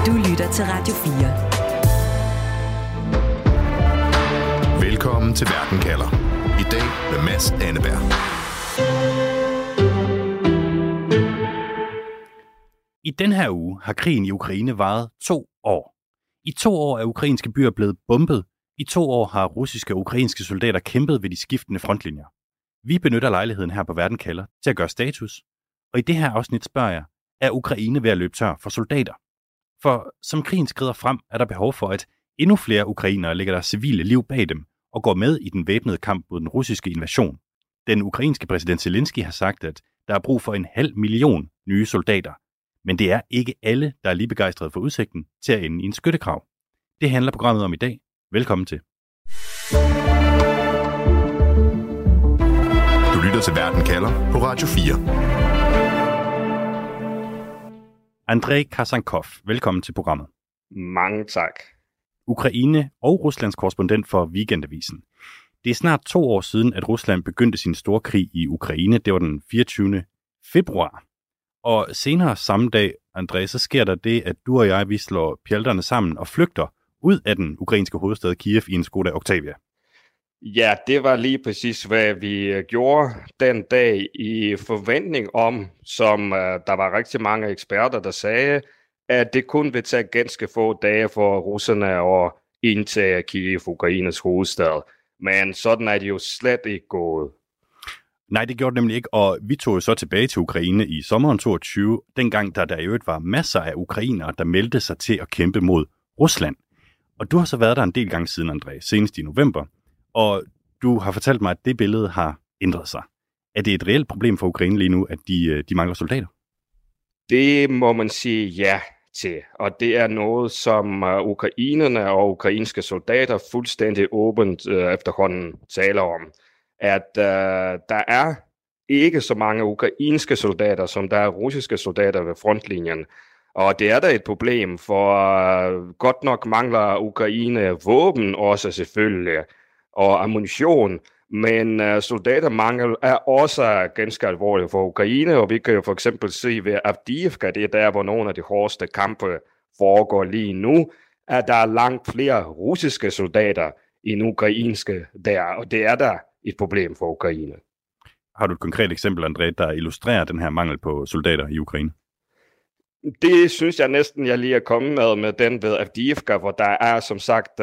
Du lytter til Radio 4. Velkommen til Verden kalder. I dag med Mads Anneberg. I den her uge har krigen i Ukraine varet 2 år. I 2 år er ukrainske byer blevet bombet. I 2 år har russiske og ukrainske soldater kæmpet ved de skiftende frontlinjer. Vi benytter lejligheden her på Verden kalder til at gøre status. Og i det her afsnit spørger jeg, er Ukraine ved at løbe tør for soldater? For som krigen skrider frem, er der behov for, at endnu flere ukrainere lægger deres civile liv bag dem og går med i den væbnede kamp mod den russiske invasion. Den ukrainske præsident Zelensky har sagt, at der er brug for 500.000 nye soldater. Men det er ikke alle, der er lige begejstrede for udsigten til at ende i en skyttegrav. Det handler programmet om i dag. Velkommen til. Du lytter til Verden kalder på Radio 4. Andrei Kasankov, velkommen til programmet. Mange tak. Ukraine og Ruslands korrespondent for Weekendavisen. Det er snart 2 år siden, at Rusland begyndte sin store krig i Ukraine. Det var den 24. februar. Og senere samme dag, André, så sker der det, at du og jeg, vi slår pjalterne sammen og flygter ud af den ukrainske hovedstad Kiev i en Skoda Octavia. Ja, det var lige præcis, hvad vi gjorde den dag i forventning om, som der var rigtig mange eksperter, der sagde, at det kun vil tage ganske få dage for russerne at indtage Kiev, Ukraines hovedstad. Men sådan er det jo slet ikke gået. Nej, det gjorde det nemlig ikke, og vi tog jo så tilbage til Ukraine i sommeren 2022, dengang der jo var masser af ukrainere, der meldte sig til at kæmpe mod Rusland. Og du har så været der en del gange siden, André, senest i november, og du har fortalt mig, at det billede har ændret sig. Er det et reelt problem for Ukraine lige nu, at de mangler soldater? Det må man sige ja til, og det er noget, som ukrainerne og ukrainske soldater fuldstændig åbent efterhånden taler om. At der er ikke så mange ukrainske soldater, som der er russiske soldater ved frontlinjen. Og det er da et problem, for godt nok mangler Ukraine våben også selvfølgelig, og ammunition. Men soldatermangel er også ganske alvorligt for Ukraine, og vi kan jo for eksempel se ved Avdiivka, det er der, hvor nogle af de hårdeste kampe foregår lige nu, at der er langt flere russiske soldater end ukrainske der, og det er der et problem for Ukraine. Har du et konkret eksempel, André, der illustrerer den her mangel på soldater i Ukraine? Det synes jeg næsten, jeg lige er kommet med den ved Avdiivka, hvor der er som sagt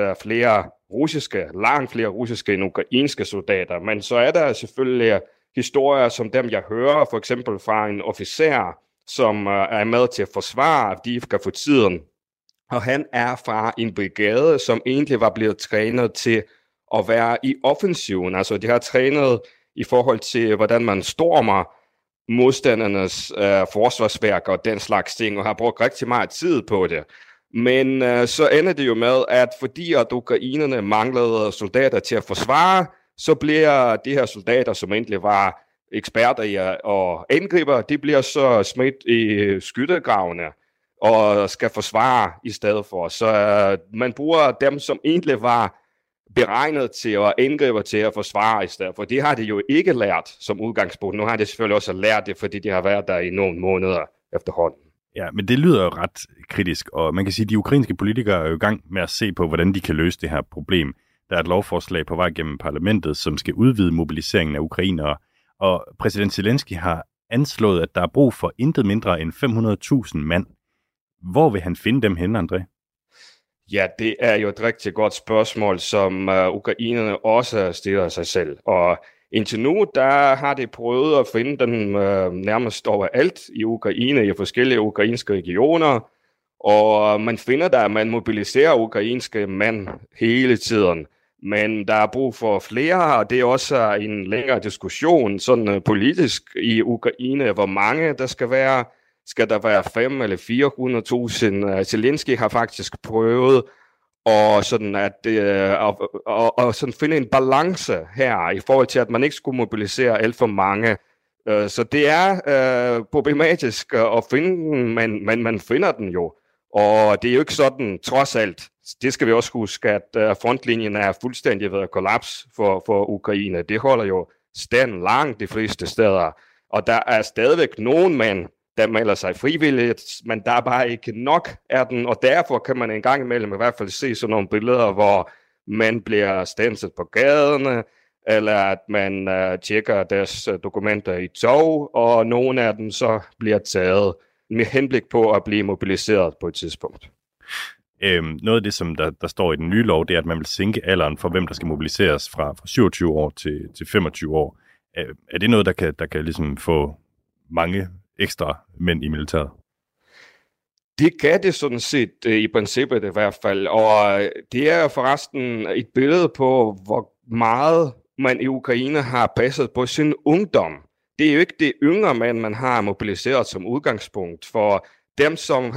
langt flere russiske end ukrainske soldater. Men så er der selvfølgelig historier som dem, jeg hører, for eksempel fra en officer, som er med til at forsvare Avdiivka for tiden. Og han er fra en brigade, som egentlig var blevet trænet til at være i offensiven. Altså de har trænet i forhold til, hvordan man stormer modstandernes forsvarsværk og den slags ting, og har brugt rigtig meget tid på det. Men så ender det jo med, at fordi at ukrainerne manglede soldater til at forsvare, så bliver de her soldater, som egentlig var eksperter i at angribe, de bliver så smidt i skyttegravene og skal forsvare i stedet for. Så man bruger dem, som egentlig var beregnet til at angribe til at forsvare i stedet for. Det har de jo ikke lært som udgangspunkt. Nu har de selvfølgelig også lært det, fordi de har været der i nogle måneder efterhånden. Ja, men det lyder jo ret kritisk, og man kan sige, at de ukrainske politikere er jo i gang med at se på, hvordan de kan løse det her problem. Der er et lovforslag på vej gennem parlamentet, som skal udvide mobiliseringen af ukrainere, og præsident Zelensky har anslået, at der er brug for intet mindre end 500.000 mand. Hvor vil han finde dem henne, André? Ja, det er jo et rigtig godt spørgsmål, som ukrainerne også stiller sig selv. Og indtil nu, der har de prøvet at finde den nærmest overalt i Ukraine, i forskellige ukrainske regioner. Og man finder der, at man mobiliserer ukrainske mænd hele tiden. Men der er brug for flere, og det er også en længere diskussion sådan politisk i Ukraine, hvor mange der skal være. Skal der være 5 eller 400.000? Zelensky har faktisk prøvet at sådan finde en balance her i forhold til, at man ikke skulle mobilisere alt for mange. Så det er problematisk at finde den, men man finder den jo. Og det er jo ikke sådan, trods alt, det skal vi også huske, at frontlinjen er fuldstændig ved at kollapse for Ukraine. Det holder jo stand langt de fleste steder. Og der er stadigvæk nogen mænd, der melder sig frivilligt, men der er bare ikke nok af den, og derfor kan man en gang imellem i hvert fald se sådan nogle billeder, hvor man bliver standset på gaderne, eller at man tjekker deres dokumenter i tog, og nogle af dem så bliver taget med henblik på at blive mobiliseret på et tidspunkt. Noget af det, som der står i den nye lov, det er, at man vil sænke alderen for, hvem der skal mobiliseres fra 27 år til 25 år. Er det noget, der kan ligesom få mange ekstra mænd i militæret? Det kan det sådan set i princippet i hvert fald, og det er forresten et billede på, hvor meget man i Ukraine har passet på sin ungdom. Det er jo ikke det yngre mænd, man har mobiliseret som udgangspunkt, for dem, som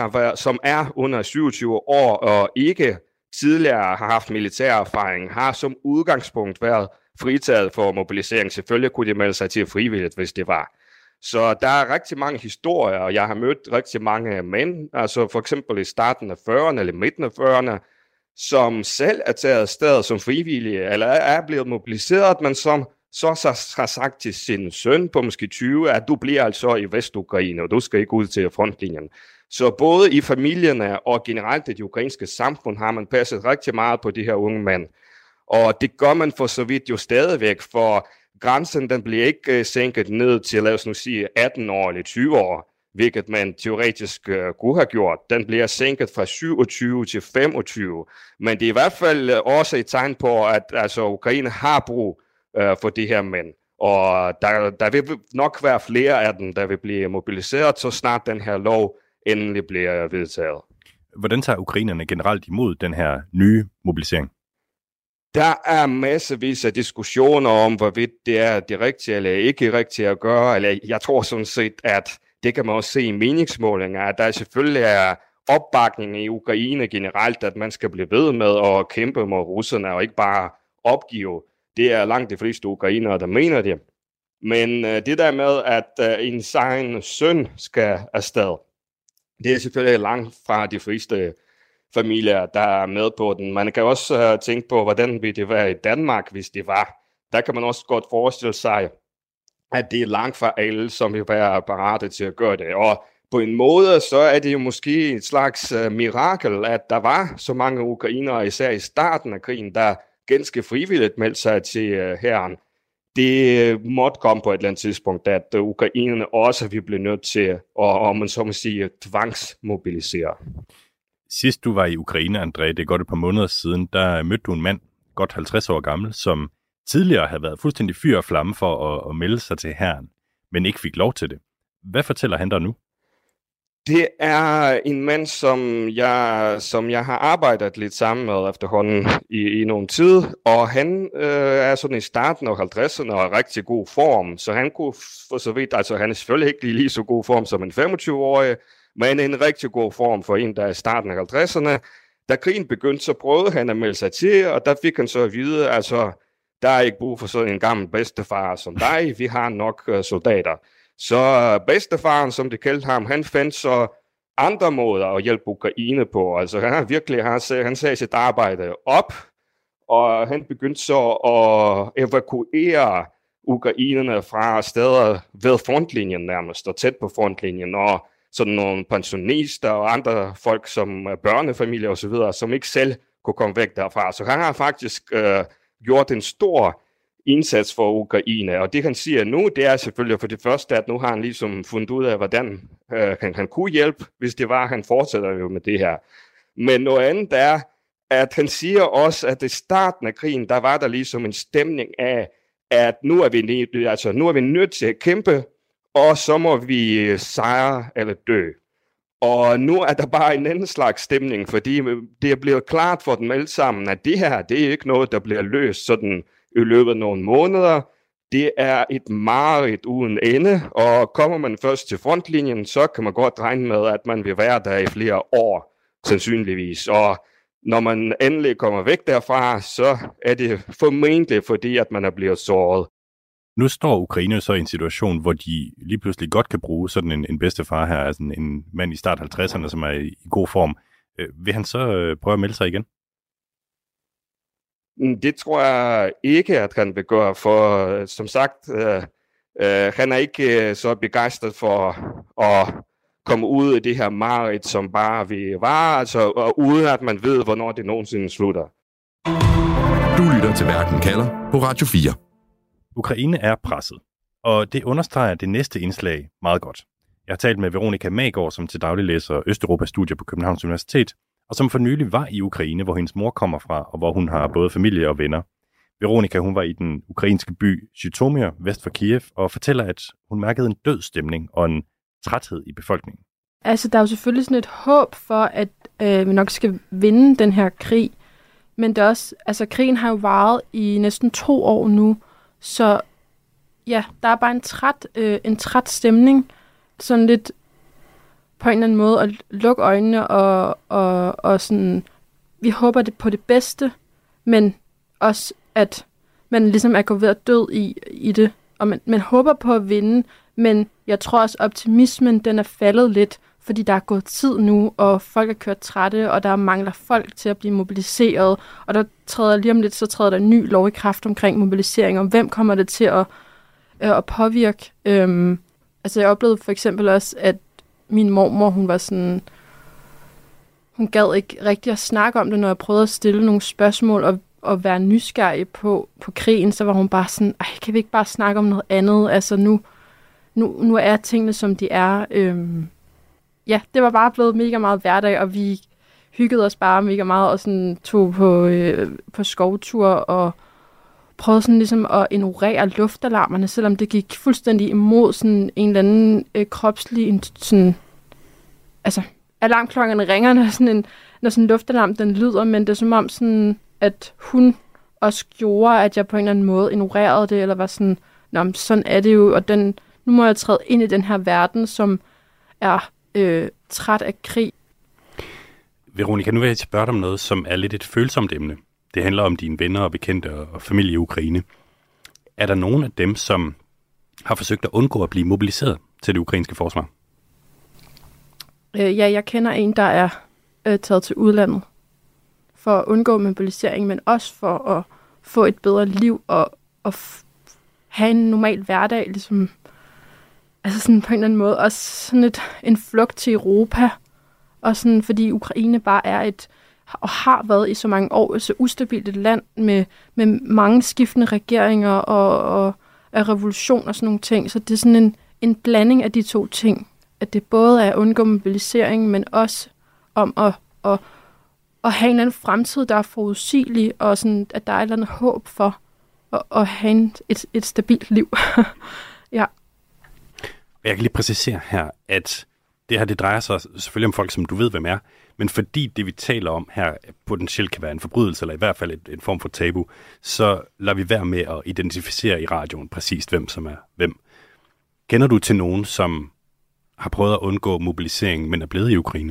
er under 27 år og ikke tidligere har haft militær erfaring, har som udgangspunkt været fritaget for mobilisering. Selvfølgelig kunne de melde sig til frivilligt, hvis det var. Så der er rigtig mange historier, og jeg har mødt rigtig mange mænd, altså for eksempel i starten af 40'erne eller midten af 40'erne, som selv er taget afsted som frivillige, eller er blevet mobiliseret, men som så har sagt til sin søn på måske 20, at du bliver altså i Vestukraine, og du skal ikke ud til frontlinjen. Så både i familierne og generelt i det ukrainske samfund har man passet rigtig meget på de her unge mænd. Og det gør man for så vidt jo stadigvæk, for grænsen den bliver ikke sænket ned til, lad os nu sige, 18 år eller 20 år, hvilket man teoretisk kunne have gjort. Den bliver sænket fra 27 til 25. Men det er i hvert fald også et tegn på, at altså, Ukraine har brug for de her mænd. Og der vil nok være flere af dem, der vil blive mobiliseret, så snart den her lov endelig bliver vedtaget. Hvordan tager ukrainerne generelt imod den her nye mobilisering? Der er massevis af diskussioner om, hvorvidt det er det rigtige eller ikke rigtigt at gøre. Eller jeg tror sådan set, at det kan man også se i meningsmålinger, at der selvfølgelig er opbakning i Ukraine generelt, at man skal blive ved med at kæmpe mod russerne og ikke bare opgive. Det er langt de fleste ukrainere, der mener det. Men det der med, at en egen søn skal afsted, det er selvfølgelig langt fra de fleste familier, der er med på den. Man kan også tænke på, hvordan ville det være i Danmark, hvis det var. Der kan man også godt forestille sig, at det er langt fra alle, som vil være parate til at gøre det. Og på en måde, så er det jo måske et slags mirakel, at der var så mange ukrainere, især i starten af krigen, der ganske frivilligt meldte sig til hæren. Det måtte komme på et eller andet tidspunkt, at ukrainerne også vil blive nødt til at, om man så må sige, tvangsmobilisere. Sidst du var i Ukraine, André, det er godt et par måneder siden, der mødte du en mand, godt 50 år gammel, som tidligere havde været fuldstændig fyr og flamme for at melde sig til hæren, men ikke fik lov til det. Hvad fortæller han dig nu? Det er en mand, som jeg har arbejdet lidt sammen med efterhånden i nogle tid, og han er sådan i starten af 50'erne og i rigtig god form, så han kunne for så vidt, altså han er selvfølgelig ikke lige så god form som en 25-årig, men en rigtig god form for en, der er i starten af 50'erne. Da krigen begyndte, så prøvede han at melde sig til, og der fik han så at vide, altså der er ikke brug for sådan en gammel bedstefar som dig, vi har nok soldater. Så bedstefaren, som det kaldte ham, han fandt så andre måder at hjælpe Ukraine på. Altså han sagde sit arbejde op, og han begyndte så at evakuere ukrainerne fra steder ved frontlinjen nærmest, og tæt på frontlinjen, og sådan nogle pensionister og andre folk som børnefamilier osv., som ikke selv kunne komme væk derfra. Så han har faktisk gjort en stor indsats for Ukraine, og det han siger nu, det er selvfølgelig for det første, at nu har han ligesom fundet ud af, hvordan han kunne hjælpe, hvis det var, han fortsætter jo med det her. Men noget andet er, at han siger også, at i starten af krigen, der var der ligesom en stemning af, at nu er vi nødt til at kæmpe, og så må vi sejre eller dø. Og nu er der bare en anden slags stemning, fordi det er blevet klart for dem alle sammen, at det her, det er ikke noget, der bliver løst sådan i løbet af nogle måneder. Det er et mareridt uden ende, og kommer man først til frontlinjen, så kan man godt regne med, at man vil være der i flere år, sandsynligvis. Og når man endelig kommer væk derfra, så er det formentlig fordi, at man er blevet såret. Nu står Ukraine så i en situation, hvor de lige pludselig godt kan bruge sådan en bedstefar her, altså en mand i start 50'erne, som er i god form. Vil han så prøve at melde sig igen? Det tror jeg ikke, at han vil gøre, for som sagt, han er ikke så begejstret for at komme ud i det her mareridt, som bare vi var, altså, og uden at man ved, hvornår det nogensinde slutter. Du lytter til Verden kalder på Radio 4. Ukraine er presset, og det understreger det næste indslag meget godt. Jeg har talt med Veronica Magård, som til daglig læser Østeuropa-studier på Københavns Universitet, og som for nylig var i Ukraine, hvor hendes mor kommer fra, og hvor hun har både familie og venner. Veronica, hun var i den ukrainske by Zhytomyr, vest for Kiev, og fortæller, at hun mærkede en død stemning og en træthed i befolkningen. Altså, der er jo selvfølgelig sådan et håb for, at vi nok skal vinde den her krig. Men det er også, altså, krigen har jo varet i næsten 2 år nu, så ja, der er bare en træt stemning. Sådan lidt på en eller anden måde at lukke øjnene og sådan, vi håber det på det bedste, men også at man ligesom er gået ved at død i det, og man håber på at vinde, men jeg tror også optimismen, den er faldet lidt, fordi der er gået tid nu, og folk er kørt trætte, og der mangler folk til at blive mobiliseret, og der træder lige om lidt, så træder der en ny lov i kraft omkring mobilisering, om hvem kommer det til at påvirke. Altså jeg oplevede for eksempel også, at min mormor, hun var sådan, hun gad ikke rigtig at snakke om det, når jeg prøvede at stille nogle spørgsmål og være nysgerrig på krigen, så var hun bare sådan, kan vi ikke bare snakke om noget andet? Altså nu er tingene, som de er. Ja, det var bare blevet mega meget hverdag, og vi hyggede os bare mega meget og sådan tog på skovtur og prøvede sådan ligesom at ignorere luftalarmerne, selvom det gik fuldstændig imod sådan en eller anden kropslig sådan, altså alarmklokkerne ringer, når sådan en luftalarm den lyder, men det er som om sådan, at hun også gjorde, at jeg på en eller anden måde ignorerede det, eller var sådan, nå, sådan er det jo, og nu må jeg træde ind i den her verden, som er træt af krig. Veronica, nu vil jeg spørge dig om noget, som er lidt et følsomt emne. Det handler om dine venner og bekendte og familie i Ukraine. Er der nogen af dem, som har forsøgt at undgå at blive mobiliseret til det ukrainske forsvar? Ja, jeg kender en, der er taget til udlandet for at undgå mobilisering, men også for at få et bedre liv og have en normal hverdag, ligesom, altså sådan på en eller anden måde, også sådan en flugt til Europa, og sådan, fordi Ukraine bare er og har været i så mange år, så ustabilt et land med mange skiftende regeringer og revolution og sådan nogle ting, så det er sådan en blanding af de 2 ting, at det både er at undgå mobilisering, men også om at have en eller anden fremtid, der er forudsigelig, og sådan, at der er et eller andet håb for at have et stabilt liv. Ja. Jeg kan lige præcisere her, at det her, det drejer sig selvfølgelig om folk, som du ved, hvem er, men fordi det, vi taler om her, potentielt kan være en forbrydelse, eller i hvert fald en form for tabu, så lader vi være med at identificere i radioen præcist, hvem som er hvem. Kender du til nogen, som har prøvet at undgå mobilisering, men er blevet i Ukraine?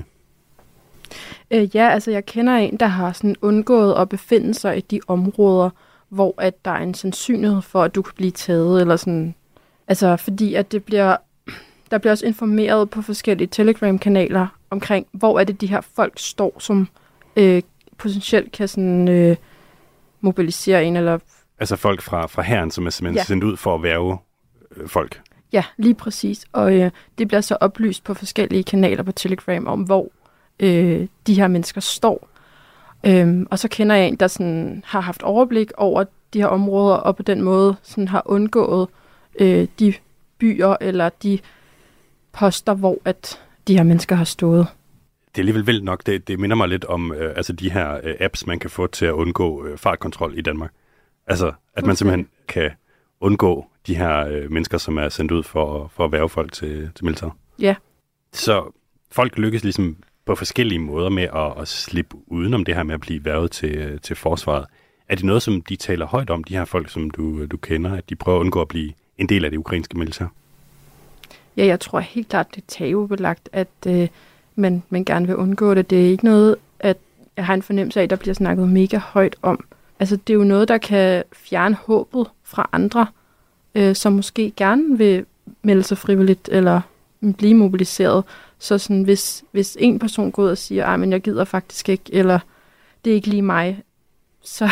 Ja, altså jeg kender en, der har sådan undgået at befinde sig i de områder, hvor at der er en sandsynlighed for, at du kan blive taget, eller sådan. Altså fordi at der bliver også informeret på forskellige Telegram-kanaler omkring, hvor er det de her folk står, som potentielt kan sådan mobilisere en, eller... Altså folk fra hæren, som er simpelthen sendt ud for at hverve folk? Ja, lige præcis. Og det bliver så oplyst på forskellige kanaler på Telegram om, hvor de her mennesker står. Og så kender jeg en, der sådan har haft overblik over de her områder, og på den måde sådan har undgået de byer eller de poster, hvor at de her mennesker har stået. Det er alligevel vildt nok. Det minder mig lidt om altså de her apps, man kan få til at undgå fartkontrol i Danmark. Altså, at man simpelthen kan undgå de her mennesker, som er sendt ud for at hverve folk til militæret. Ja. Så folk lykkes ligesom på forskellige måder med at slippe udenom det her med at blive hvervet til forsvaret. Er det noget, som de taler højt om, de her folk, som du kender, at de prøver at undgå at blive en del af det ukrainske militær? Ja, jeg tror helt klart, det er tabubelagt, at man gerne vil undgå det. Det er ikke noget, at jeg har en fornemmelse af, at der bliver snakket mega højt om. Altså, det er jo noget, der kan fjerne håbet fra andre, som måske gerne vil melde sig frivilligt eller blive mobiliseret. Så sådan, hvis en person går ud og siger, men jeg gider faktisk ikke, eller det er ikke lige mig, så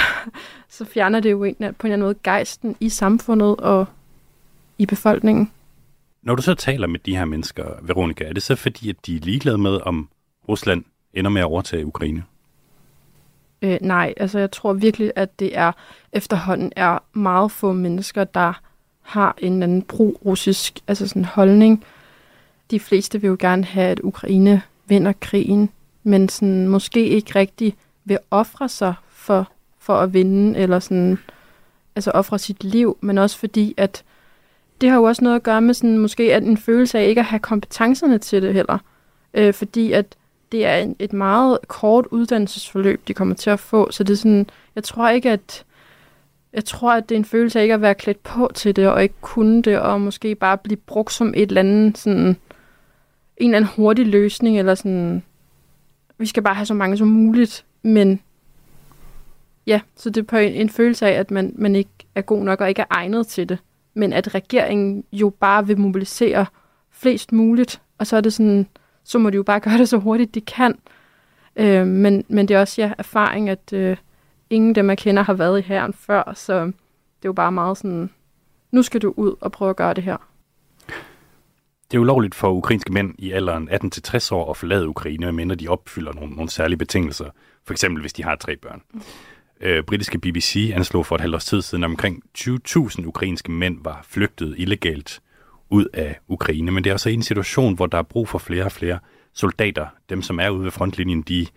fjerner det jo på en eller anden måde gejsten i samfundet og i befolkningen. Når du så taler med de her mennesker, Veronica, er det så fordi, at de er ligeglade med, om Rusland ender med at overtage Ukraine? Nej, altså jeg tror virkelig, at det efterhånden er meget få mennesker, der har en anden pro-russisk sådan holdning. De fleste vil jo gerne have, at Ukraine vinder krigen, men sådan, måske ikke rigtig vil ofre sig for at vinde, eller sådan, altså ofre sit liv, men også fordi, at det har jo også noget at gøre med sådan, måske at en følelse af ikke at have kompetencerne til det heller. Fordi at det er et meget kort uddannelsesforløb, de kommer til at få, så det er sådan, jeg tror, at det er en følelse af ikke at være klædt på til det, og ikke kunne det, og måske bare blive brugt som et eller andet, sådan, en eller anden hurtig løsning, eller sådan, vi skal bare have så mange som muligt, men ja, så det er på en følelse af, at man ikke er god nok, og ikke er egnet til det, men at regeringen jo bare vil mobilisere flest muligt, og så er det sådan, så må de jo bare gøre det så hurtigt, de kan. Men det er også erfaring, at ingen af dem, jeg kender, har været i hæren før, så det er jo bare meget sådan, nu skal du ud og prøve at gøre det her. Det er ulovligt for ukrainske mænd i alderen 18-60 år at forlade Ukraine, medmindre de opfylder nogle særlige betingelser. For eksempel hvis de har 3 børn. Britiske BBC anslog for et halvt års tid siden, at omkring 20.000 ukrainske mænd var flygtet illegalt ud af Ukraine. Men det er også en situation, hvor der er brug for flere og flere soldater. Dem, som er ude ved frontlinjen, de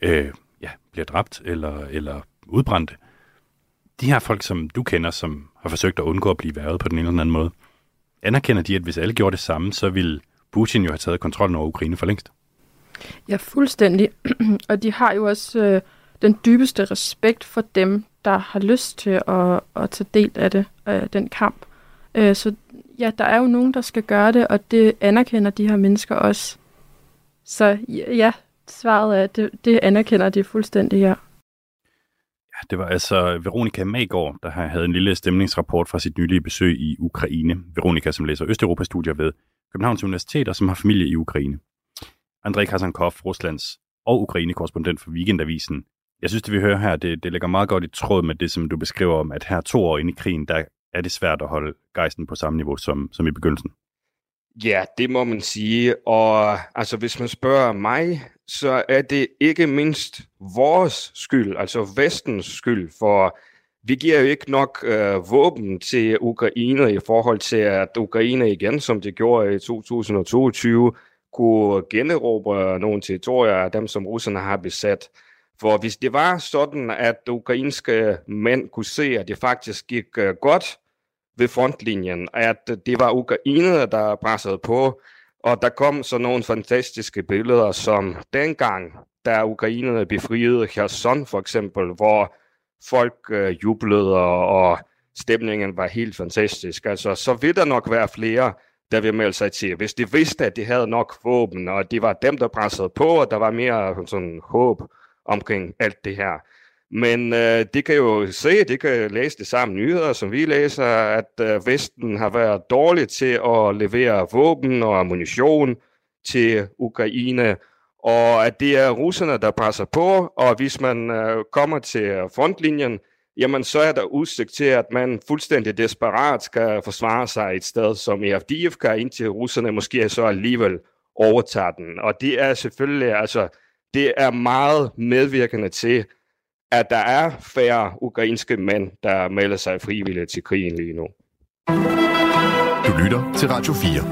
bliver dræbt eller udbrændte. De her folk, som du kender, som har forsøgt at undgå at blive hvervet på den ene eller anden måde, anerkender de, at hvis alle gjorde det samme, så ville Putin jo have taget kontrollen over Ukraine for længst? Ja, fuldstændig. Og de har jo også den dybeste respekt for dem, der har lyst til at tage del af det, den kamp. Så ja, der er jo nogen, der skal gøre det, og det anerkender de her mennesker også. Så ja, svaret er, at det anerkender de fuldstændig, ja. Ja, det var altså Veronica Magård, der havde en lille stemningsrapport fra sit nylige besøg i Ukraine. Veronica, som læser Østeuropa-studier ved Københavns Universitet, og som har familie i Ukraine. Andrei Kasankov, Ruslands og Ukraine-korrespondent for Weekendavisen. Jeg synes, det vi hører her, det ligger meget godt i tråd med det, som du beskriver om, at her 2 år inde i krigen, der er det svært at holde gejsten på samme niveau som i begyndelsen. Ja, det må man sige. Og altså, hvis man spørger mig, så er det ikke mindst vores skyld, altså Vestens skyld, for vi giver jo ikke nok våben til Ukraine i forhold til, at Ukraine igen, som det gjorde i 2022, kunne generobre nogle territorier af dem, som russerne har besat. For hvis det var sådan, at ukrainske mænd kunne se, at det faktisk gik godt ved frontlinjen, at det var ukrainerne, der pressede på, og der kom så nogle fantastiske billeder, som dengang, da ukrainerne befriede Kherson for eksempel, hvor folk jublede, og stemningen var helt fantastisk. Altså, så vil der nok være flere, der vil melde sig til. Hvis de vidste, at de havde nok våben, og det var dem, der pressede på, og der var mere sådan håb omkring alt det her. Men de kan jo se, de kan læse de samme nyheder, som vi læser, at Vesten har været dårlig til at levere våben og ammunition til Ukraine, og at det er russerne, der presser på, og hvis man kommer til frontlinjen, jamen så er der udsigt til, at man fuldstændig desperat skal forsvare sig et sted som Avdiivka, indtil russerne måske så alligevel overtager den. Og det er selvfølgelig, altså, det er meget medvirkende til, at der er færre ukrainske mænd, der melder sig frivilligt til krigen lige nu. Du lytter til Radio 4.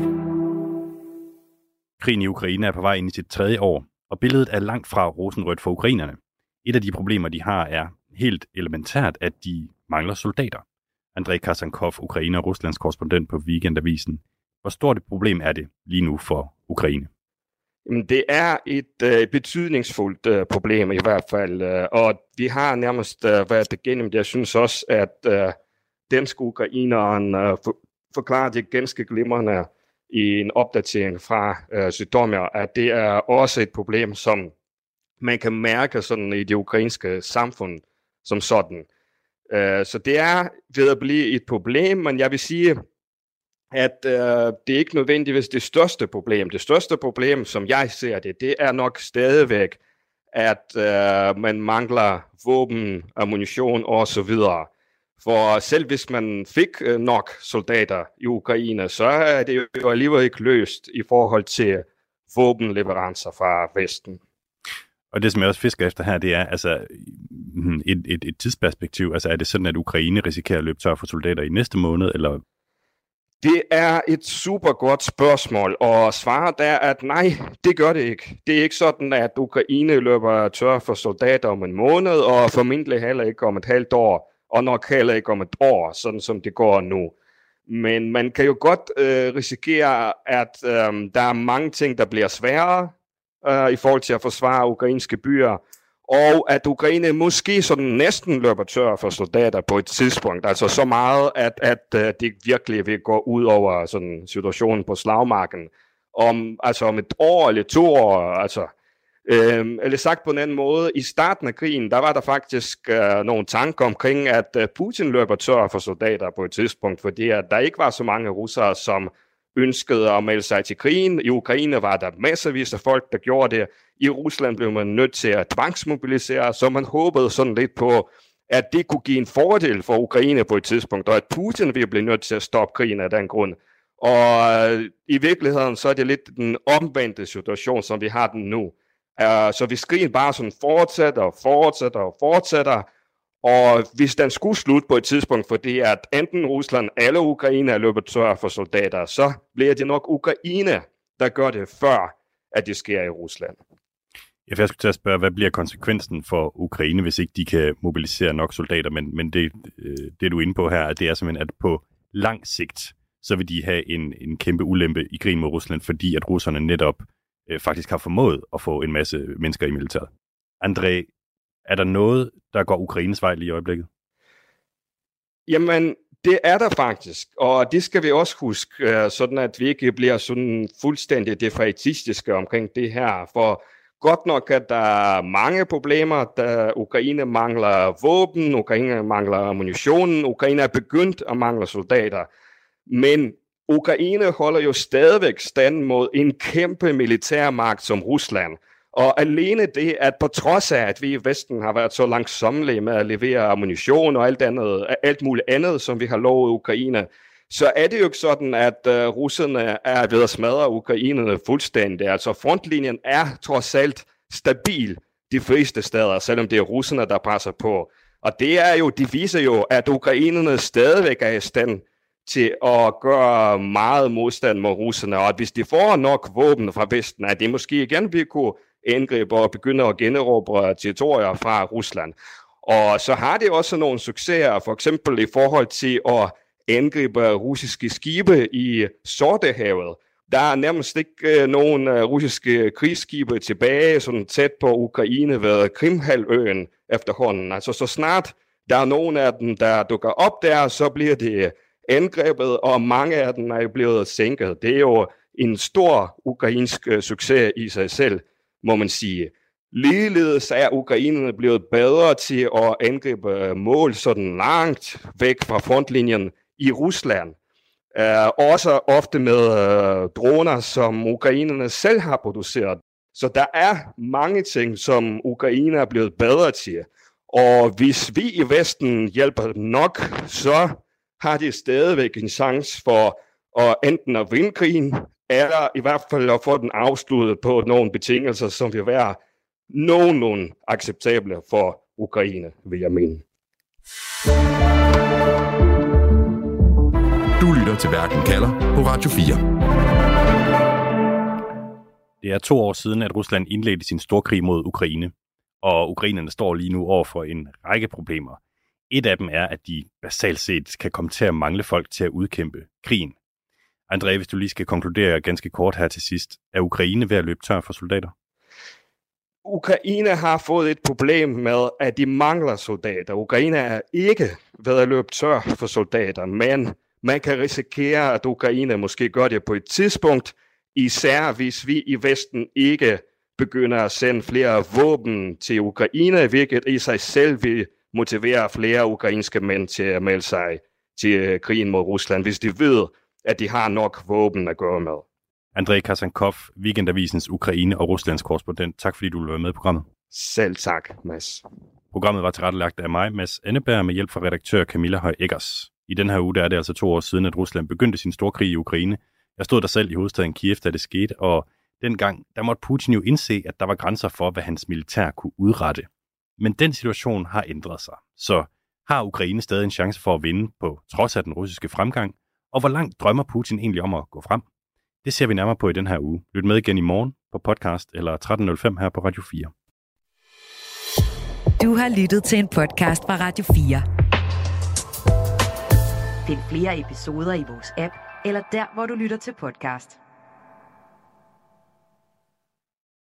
Krigen i Ukraine er på vej ind i sit 3. år, og billedet er langt fra rosenrødt for ukrainerne. Et af de problemer, de har, er helt elementært, at de mangler soldater. Andrei Kasankov, Ukraine og Ruslands korrespondent på Weekendavisen. Hvor stort et problem er det lige nu for Ukraine? Det er et betydningsfuldt problem i hvert fald, og vi har nærmest været igennem det. Jeg synes også, at danske ukraineren forklarer det ganske glimrende i en opdatering fra Sydomir, at det er også et problem, som man kan mærke sådan i det ukrainske samfund som sådan. Så det er ved at blive et problem, men jeg vil sige, at det er ikke nødvendigvis det største problem. Det største problem, som jeg ser det er nok stadigvæk, at man mangler våben, ammunition og så videre. For selv hvis man fik nok soldater i Ukraine, så er det jo alligevel ikke løst i forhold til våbenleverancer fra Vesten. Og det, som jeg også fisker efter her, det er altså et tidsperspektiv. Altså er det sådan, at Ukraine risikerer at løbe tør for soldater i næste måned, eller? Det er et super godt spørgsmål, og svaret er, at nej, det gør det ikke. Det er ikke sådan, at Ukraine løber tør for soldater om en måned, og formentlig heller ikke om et halvt år, og nok heller ikke om et år, sådan som det går nu. Men man kan jo godt risikere, at der er mange ting, der bliver sværere i forhold til at forsvare ukrainske byer, og at Ukraine måske sådan næsten løber tør for soldater på et tidspunkt. Altså så meget, at det virkelig vil gå ud over sådan situationen på slagmarken. Om et år eller 2 år, eller sagt på en anden måde, i starten af krigen, der var der faktisk nogle tanker omkring, at Putin løber tør for soldater på et tidspunkt, fordi at der ikke var så mange russere, som ønskede at melde sig til krigen. I Ukraine var der masservis af folk, der gjorde det. I Rusland blev man nødt til at tvangsmobilisere, så man håbede sådan lidt på, at det kunne give en fordel for Ukraine på et tidspunkt, og at Putin ville blive nødt til at stoppe krigen af den grund. Og i virkeligheden, så er det lidt den omvendte situation, som vi har den nu. Så hvis krigen bare sådan fortsætter, og hvis den skulle slutte på et tidspunkt, fordi at enten Rusland eller Ukraine er løbet tør for soldater, så bliver det nok Ukraine, der gør det før, at det sker i Rusland. Jeg skulle til at spørge, hvad bliver konsekvensen for Ukraine, hvis ikke de kan mobilisere nok soldater? Men det du er inde på her, det er simpelthen, at på lang sigt, så vil de have en kæmpe ulempe i krigen mod Rusland, fordi at russerne netop faktisk har formået at få en masse mennesker i militæret. André, er der noget, der går Ukraines vej lige i øjeblikket? Jamen, det er der faktisk, og det skal vi også huske, sådan at vi ikke bliver sådan fuldstændig defaitistiske omkring det her, for godt nok at der er mange problemer, da Ukraine mangler våben, Ukraine mangler ammunition, Ukraine er begyndt at mangle soldater, men Ukraine holder jo stadigvæk stand mod en kæmpe militærmagt som Rusland. Og alene det, at på trods af, at vi i Vesten har været så langsommelige med at levere ammunition og alt muligt andet, som vi har lovet Ukraine, så er det jo ikke sådan, at russerne er ved at smadre ukrainerne fuldstændig. Altså frontlinjen er trods alt stabil de fleste steder, selvom det er russerne, der presser på. Og det viser jo, at ukrainerne stadigvæk er i stand til at gøre meget modstand mod russerne, og at hvis de får nok våben fra Vesten, at det måske igen vil kunne angribe og begynde at generobre territorier fra Rusland. Og så har det også nogle succeser, for eksempel i forhold til at angribe russiske skibe i Sortehavet. Der er nærmest ikke nogen russiske krigsskibe tilbage, sådan tæt på Ukraine ved Krimhalvøen efterhånden. Altså så snart der er nogen af dem, der dukker op der, så bliver det angrebet, og mange af dem er jo blevet sænket. Det er jo en stor ukrainsk succes i sig selv, må man sige. Ligeledes er ukrainerne blevet bedre til at angribe mål sådan langt væk fra frontlinjen i Rusland. Også ofte med droner, som ukrainerne selv har produceret. Så der er mange ting, som Ukraine er blevet bedre til. Og hvis vi i Vesten hjælper nok, så har de stadigvæk en chance for at enten at vinde krigen, eller i hvert fald at få den afsluttet på nogle betingelser, som vil være nogenlunde acceptable for Ukraine, vil jeg mene. Du lytter til Verden kalder på Radio 4. Det er 2 år siden, at Rusland indledte sin storkrig mod Ukraine, og ukrainerne står lige nu over for en række problemer. Et af dem er, at de basalt set kan komme til at mangle folk til at udkæmpe krigen. André, hvis du lige skal konkludere ganske kort her til sidst, er Ukraine ved at løbe tør for soldater? Ukraine har fået et problem med, at de mangler soldater. Ukraine er ikke ved at løbe tør for soldater, men man kan risikere, at Ukraine måske gør det på et tidspunkt, især hvis vi i Vesten ikke begynder at sende flere våben til Ukraine, hvilket i sig selv vil motivere flere ukrainske mænd til at melde sig til krigen mod Rusland, hvis de ved, at de har nok våben at gøre med. André Kasankov, Weekendavisens Ukraine- og Ruslands korrespondent. Tak fordi du ville være med i programmet. Selv tak, Mads. Programmet var tilrettelagt af mig, Mads Anneberg, med hjælp fra redaktør Camilla Høj Eggers. I den her uge der er det altså 2 år siden, at Rusland begyndte sin store krig i Ukraine. Jeg stod der selv i hovedstaden Kiev, da det skete, og dengang der måtte Putin jo indse, at der var grænser for, hvad hans militær kunne udrette. Men den situation har ændret sig. Så har Ukraine stadig en chance for at vinde på trods af den russiske fremgang? Og hvor langt drømmer Putin egentlig om at gå frem? Det ser vi nærmere på i den her uge. Lyt med igen i morgen på podcast eller 13.05 her på Radio 4. Du har lyttet til en podcast fra Radio 4. Find flere episoder i vores app, eller der, hvor du lytter til podcast.